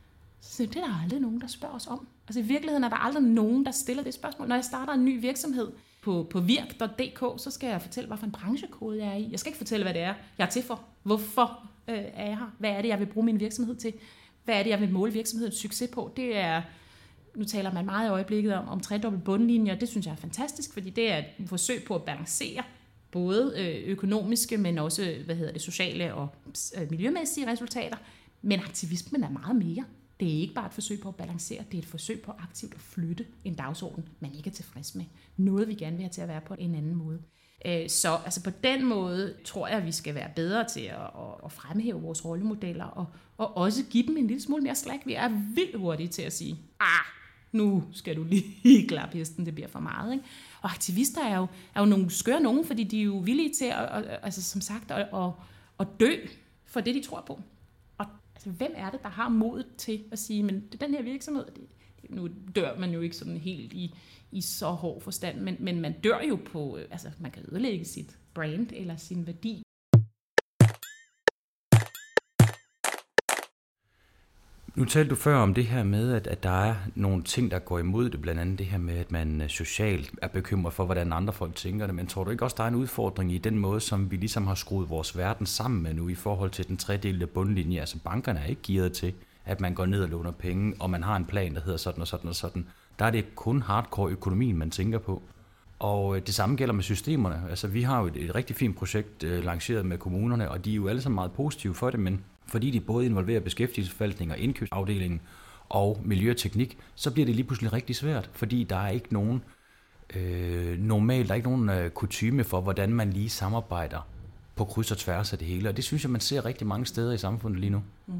Så sagde de, det er der aldrig nogen, der spørger os om. Altså i virkeligheden er der aldrig nogen, der stiller det spørgsmål. Når jeg starter en ny virksomhed på, på virk punktum d k, så skal jeg fortælle, hvad for en branchekode jeg er i. Jeg skal ikke fortælle, hvad det er, jeg er til for. Hvorfor øh, er jeg her? Hvad er det, jeg vil bruge min virksomhed til? Hvad er det, jeg vil måle virksomhedens succes på? Det er, nu taler man meget i øjeblikket om, om tredobbelt bundlinjer. Det synes jeg er fantastisk, fordi det er et forsøg på at balancere både økonomiske, men også hvad hedder det, sociale og miljømæssige resultater. Men aktivismen er meget mere. Det er ikke bare et forsøg på at balancere, det er et forsøg på aktivt at flytte en dagsorden, man ikke er tilfreds med. Noget, vi gerne vil have til at være på en anden måde. Så altså på den måde tror jeg, at vi skal være bedre til at, at fremhæve vores rollemodeller, og, og også give dem en lille smule mere slack. Vi er vildt hurtige til at sige, ah, nu skal du lige klappe hesten, det bliver for meget, ikke? Og aktivister er jo, er jo nogle skøre nogen, fordi de er jo villige til at, at, altså, som sagt, at, at, at dø for det, de tror på. Og altså, hvem er det, der har modet til at sige, men den her virksomhed, det, nu dør man jo ikke sådan helt i, i så hård forstand, men, men man dør jo på, altså man kan ødelægge sit brand eller sin værdi. Nu talte du før om det her med, at, at der er nogle ting, der går imod det, blandt andet det her med, at man socialt er bekymret for, hvordan andre folk tænker det, men tror du ikke også, der er en udfordring i den måde, som vi ligesom har skruet vores verden sammen med nu i forhold til den tredelte bundlinje? Altså bankerne er ikke gearet til, at man går ned og låner penge, og man har en plan, der hedder sådan og sådan og sådan. der er det kun hardcore økonomien, man tænker på. Og det samme gælder med systemerne. Altså, vi har jo et, et rigtig fint projekt øh, lanceret med kommunerne, og de er jo alle sammen meget positive for det, men fordi de både involverer beskæftigelsesforvaltning og indkøbsafdelingen og miljø og teknik, så bliver det lige pludselig rigtig svært, fordi der er ikke nogen øh, normalt, der er ikke nogen øh, kutyme for, hvordan man lige samarbejder på kryds og tværs af det hele, og det synes jeg, man ser rigtig mange steder i samfundet lige nu. Mm.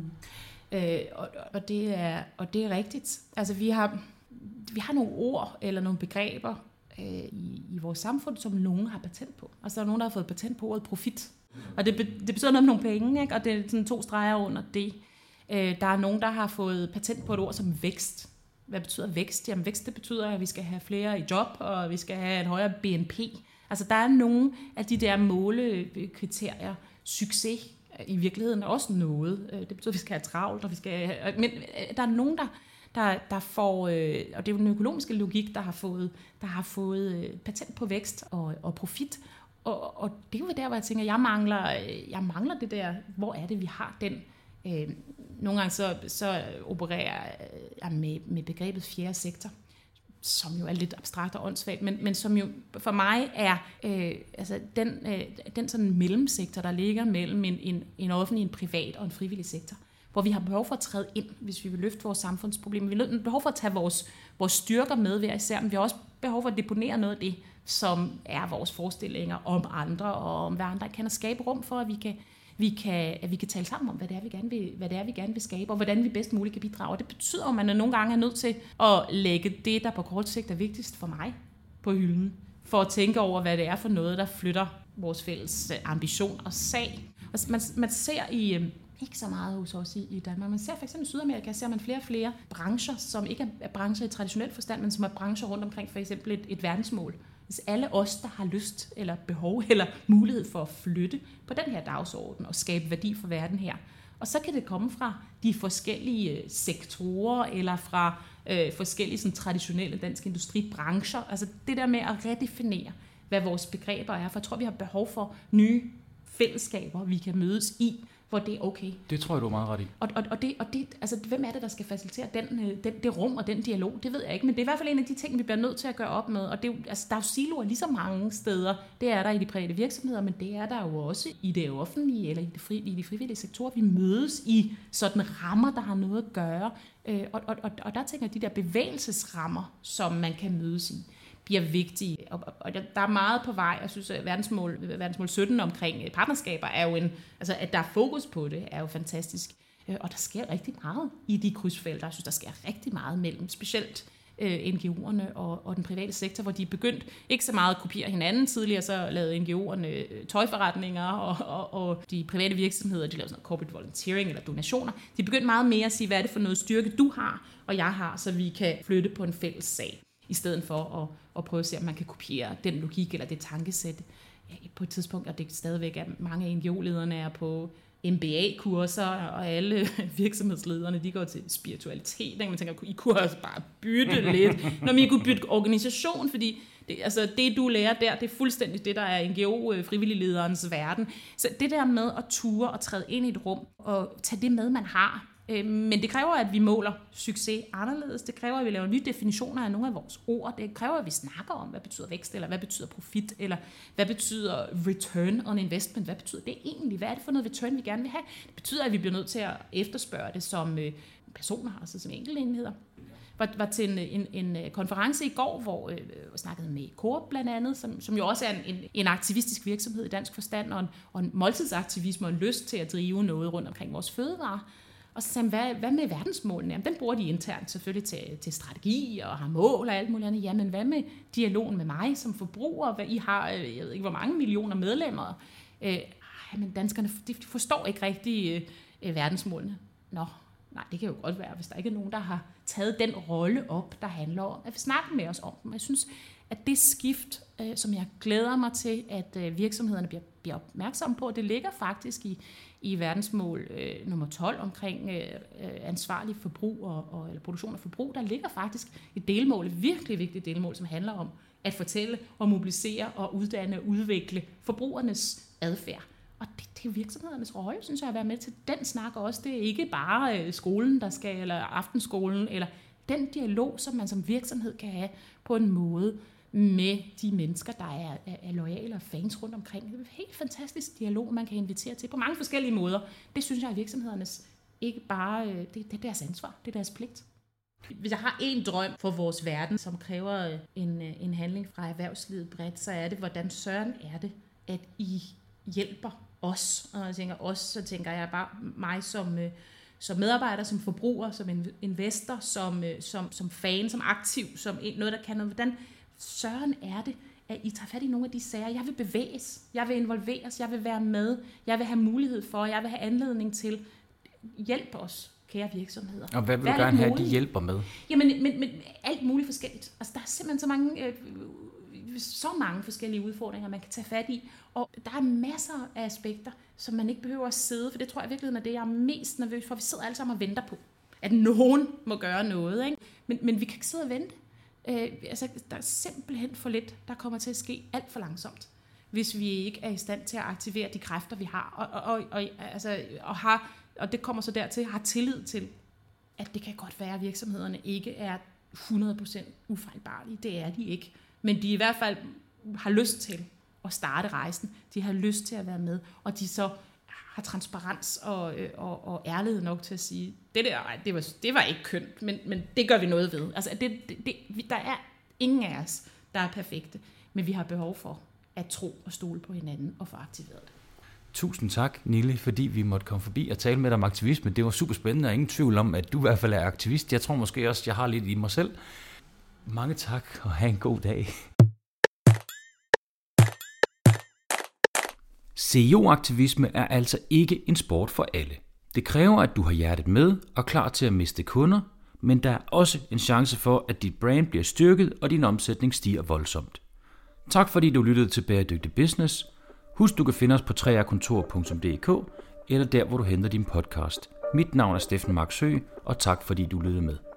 Øh, og, og, det er, og det er rigtigt. Altså, vi har, vi har nogle ord eller nogle begreber øh, i, i vores samfund, som nogen har patent på. Altså, der er nogen, der har fået patent på ordet profit. Og det, det betyder noget med nogle penge, ikke? Og det er sådan to streger under det. Øh, der er nogen, der har fået patent på et ord som vækst. Hvad betyder vækst? Jamen, vækst, det betyder, at vi skal have flere i job, og vi skal have et højere B N P. Altså, der er nogle af de der målekriterier. Succes i virkeligheden er også noget. Det betyder, at vi skal have travlt, og vi skal have, men der er nogen, der, der, der får, og det er jo den økonomiske logik, der har fået, der har fået patent på vækst og, og profit. Og, og det er jo der, hvor jeg tænker, jeg mangler, jeg mangler det der, hvor er det, vi har den. Øh, nogle gange så, så opererer jeg med, med begrebet fjerde sektor, som jo er lidt abstrakt og åndssvagt, men, men som jo for mig er øh, altså den, øh, den sådan mellemsektor, der ligger mellem en, en, en offentlig, en privat og en frivillig sektor, hvor vi har behov for at træde ind, hvis vi vil løfte vores samfundsproblemer. Vi har behov for at tage vores, vores styrker med hver især, men vi har også behov for at deponere noget af det, som er vores forestillinger om andre, og om hvad andre kan, og skabe rum for, at vi kan Vi kan, at vi kan tale sammen om, hvad det, er, vi gerne vil, hvad det er, vi gerne vil skabe, og hvordan vi bedst muligt kan bidrage. Og det betyder, at man nogle gange er nødt til at lægge det, der på kort sigt er vigtigst for mig, på hylden, for at tænke over, hvad det er for noget, der flytter vores fælles ambition og sag. Og man, man ser i, ikke så meget hos os i, i Danmark, man ser for eksempel i Sydamerika, ser man flere og flere brancher, som ikke er brancher i traditionel forstand, men som er brancher rundt omkring for eksempel et, et verdensmål. Hvis alle os, der har lyst eller behov eller mulighed for at flytte på den her dagsorden og skabe værdi for verden her. Og så kan det komme fra de forskellige sektorer eller fra øh, forskellige sådan, traditionelle danske industribrancher. Altså det der med at redefinere, hvad vores begreber er. For jeg tror, vi har behov for nye fællesskaber, vi kan mødes i, hvor det er okay. Det tror jeg, du er meget ret i. Og, og, og, det, og det, altså, hvem er det, der skal facilitere den, den, det rum og den dialog? Det ved jeg ikke, men det er i hvert fald en af de ting, vi bliver nødt til at gøre op med. Og det er jo, altså, der er jo siloer lige så mange steder. Det er der i de private virksomheder, men det er der jo også i det offentlige eller i, det fri, i de frivillige sektorer. Vi mødes i sådan rammer, der har noget at gøre. Og, og, og, og der tænker jeg, de der bevægelsesrammer, som man kan mødes i, bliver vigtige. Og, og der er meget på vej. Jeg synes, at verdensmål, verdensmål sytten omkring partnerskaber er jo en, altså at der er fokus på det, er jo fantastisk. Og der sker rigtig meget i de krydsfelter. Jeg synes, der sker rigtig meget mellem specielt øh, N G O'erne og, og den private sektor, hvor de er begyndt ikke så meget at kopiere hinanden. Tidligere så lavede N G O'erne tøjforretninger, og, og, og de private virksomheder, de lavede sådan noget corporate volunteering eller donationer. De er begyndt meget mere at sige, hvad er det for noget styrke, du har, og jeg har, så vi kan flytte på en fælles sag, i stedet for at, at prøve at se, om man kan kopiere den logik eller det tankesæt på et tidspunkt, og det stadigvæk er mange af N G O-lederne er på M B A-kurser, og alle virksomhedslederne, de går til spiritualitet. Man tænker, I kunne også bare bytte lidt, når I kunne bytte organisation, fordi det, altså det, du lærer der, det er fuldstændig det, der er N G O-frivilliglederens verden. Så det der med at ture og træde ind i et rum, og tage det med, man har. Men det kræver, at vi måler succes anderledes. Det kræver, at vi laver nye definitioner af nogle af vores ord. Det kræver, at vi snakker om, hvad betyder vækst, eller hvad betyder profit, eller hvad betyder return on investment. Hvad betyder det egentlig? Hvad er det for noget return, vi gerne vil have? Det betyder, at vi bliver nødt til at efterspørge det som personer, altså som enkeltenheder. Jeg var til en, en, en konference i går, hvor jeg snakkede med Coop blandt andet, som, som jo også er en, en aktivistisk virksomhed i dansk forstand, og en, og en måltidsaktivisme og en lyst til at drive noget rundt omkring vores fødevarer. Og så sagde hvad, hvad med verdensmålene? Jamen, den bruger de internt selvfølgelig til, til strategi og har mål og alt muligt andet. Jamen, hvad med dialogen med mig som forbruger? Hvad I har, jeg ved ikke, hvor mange millioner medlemmer. Øh, men danskerne, de forstår ikke rigtig øh, verdensmålene. Nå, nej, det kan jo godt være, hvis der ikke er nogen, der har taget den rolle op, der handler om at snakke med os om dem. Jeg synes, at det skift, øh, som jeg glæder mig til, at øh, virksomhederne bliver, bliver opmærksomme på, det ligger faktisk i, i verdensmål øh, nummer tolv omkring øh, ansvarlig forbrug og, og, eller produktion og forbrug. Der ligger faktisk et delmål, et virkelig vigtigt delmål, som handler om at fortælle og mobilisere og uddanne og udvikle forbrugernes adfærd. Og det, det er virksomhedernes rolle, synes jeg, at være med til den snak også. Det er ikke bare øh, skolen, der skal, eller aftenskolen, eller den dialog, som man som virksomhed kan have på en måde med de mennesker, der er, er, er loyale og fans rundt omkring. Det er en helt fantastisk dialog, man kan invitere til på mange forskellige måder. Det synes jeg er virksomhedernes ikke bare, det, det er deres ansvar, det er deres pligt. Hvis jeg har en drøm for vores verden, som kræver en, en handling fra erhvervslivet bredt, så er det, hvordan søren er det, at I hjælper os. Og når jeg tænker os, så tænker jeg bare mig som, som medarbejder, som forbruger, som investor, som, som, som fan, som aktiv, som noget, der kan noget. Hvordan søren er det, at I tager fat i nogle af de sager? Jeg vil bevæges, jeg vil involveres, jeg vil være med, jeg vil have mulighed for, jeg vil have anledning til. Hjælp os, kære virksomheder. Og hvad vil du gerne have, de hjælper med? Jamen, men, men alt muligt forskelligt. Altså, der er simpelthen så mange, øh, så mange forskellige udfordringer, man kan tage fat i. Og der er masser af aspekter, som man ikke behøver at sidde, for det tror jeg i virkeligheden er det, jeg er mest nervøs for. Vi sidder alle sammen og venter på, at nogen må gøre noget. Ikke? Men, men vi kan ikke sidde og vente. Øh, altså, der er simpelthen for lidt, der kommer til at ske alt for langsomt, hvis vi ikke er i stand til at aktivere de kræfter, vi har. Og, og, og, og, altså, og har Og det kommer så dertil, har tillid til, at det kan godt være, at virksomhederne ikke er hundrede procent ufejlbarlige. Det er de ikke. Men de i hvert fald har lyst til at starte rejsen. De har lyst til at være med. Og de så har transparens og, og, og ærlighed nok til at sige, det der, det var, det var ikke kønt, men, men det gør vi noget ved. Altså, det, det, det, der er ingen af os, der er perfekte. Men vi har behov for at tro og stole på hinanden og få aktiveret det. Tusind tak, Nille, fordi vi måtte komme forbi og tale med dig om aktivisme. Det var super spændende, og ingen tvivl om, at du i hvert fald er aktivist. Jeg tror måske også, jeg har lidt i mig selv. Mange tak, og have en god dag. C E O-aktivisme er altså ikke en sport for alle. Det kræver, at du har hjertet med og klar til at miste kunder, men der er også en chance for, at dit brand bliver styrket, og din omsætning stiger voldsomt. Tak fordi du lyttede til Bæredygtig Business. Husk, du kan finde os på tre r kontor punktum d k eller der, hvor du henter din podcast. Mit navn er Steffen Marksø, og tak fordi du lyttede med.